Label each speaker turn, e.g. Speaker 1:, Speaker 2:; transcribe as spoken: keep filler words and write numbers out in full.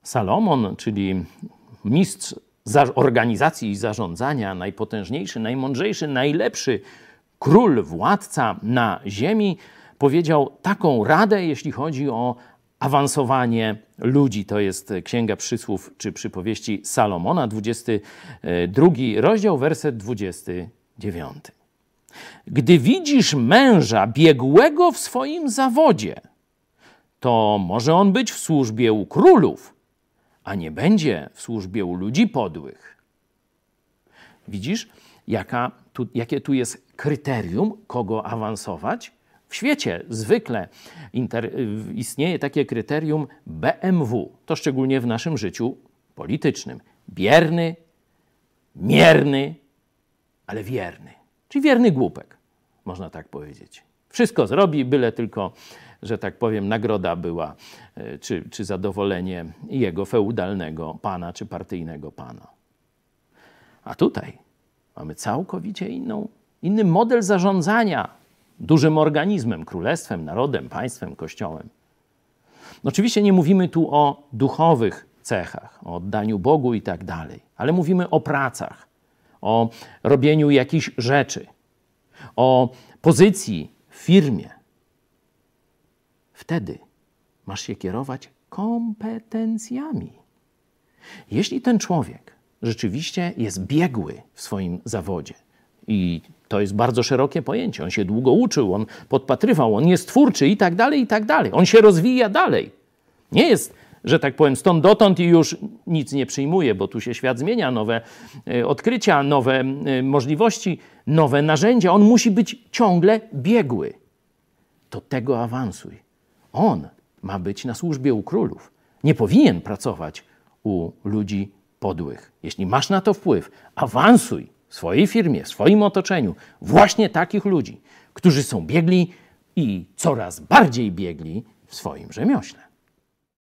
Speaker 1: Salomon, czyli mistrz organizacji i zarządzania, najpotężniejszy, najmądrzejszy, najlepszy król, władca na ziemi, powiedział taką radę, jeśli chodzi o awansowanie ludzi. To jest Księga Przysłów czy Przypowieści Salomona, dwudziesty drugi rozdział, werset dwudziesty dziewiąty. Gdy widzisz męża biegłego w swoim zawodzie, to może on być w służbie u królów, a nie będzie w służbie u ludzi podłych. Widzisz, jaka tu, jakie tu jest kryterium, kogo awansować? W świecie zwykle inter, istnieje takie kryterium B M W. To szczególnie w naszym życiu politycznym. Bierny, mierny, ale wierny. Czyli wierny głupek, można tak powiedzieć. Wszystko zrobi, byle tylko, że tak powiem, nagroda była, czy, czy zadowolenie jego feudalnego pana, czy partyjnego pana. A tutaj mamy całkowicie inną, inny model zarządzania dużym organizmem, królestwem, narodem, państwem, kościołem. No oczywiście nie mówimy tu o duchowych cechach, o oddaniu Bogu i tak dalej, ale mówimy o pracach, o robieniu jakichś rzeczy, o pozycji w firmie. Wtedy masz się kierować kompetencjami. Jeśli ten człowiek rzeczywiście jest biegły w swoim zawodzie, i to jest bardzo szerokie pojęcie, on się długo uczył, on podpatrywał, on jest twórczy i tak dalej, i tak dalej. On się rozwija dalej. Nie jest, że tak powiem, stąd dotąd i już nic nie przyjmuje, bo tu się świat zmienia, nowe odkrycia, nowe możliwości, nowe narzędzia. On musi być ciągle biegły. To tego awansuj. On ma być na służbie u królów. Nie powinien pracować u ludzi podłych. Jeśli masz na to wpływ, awansuj w swojej firmie, w swoim otoczeniu właśnie takich ludzi, którzy są biegli i coraz bardziej biegli w swoim rzemiośle.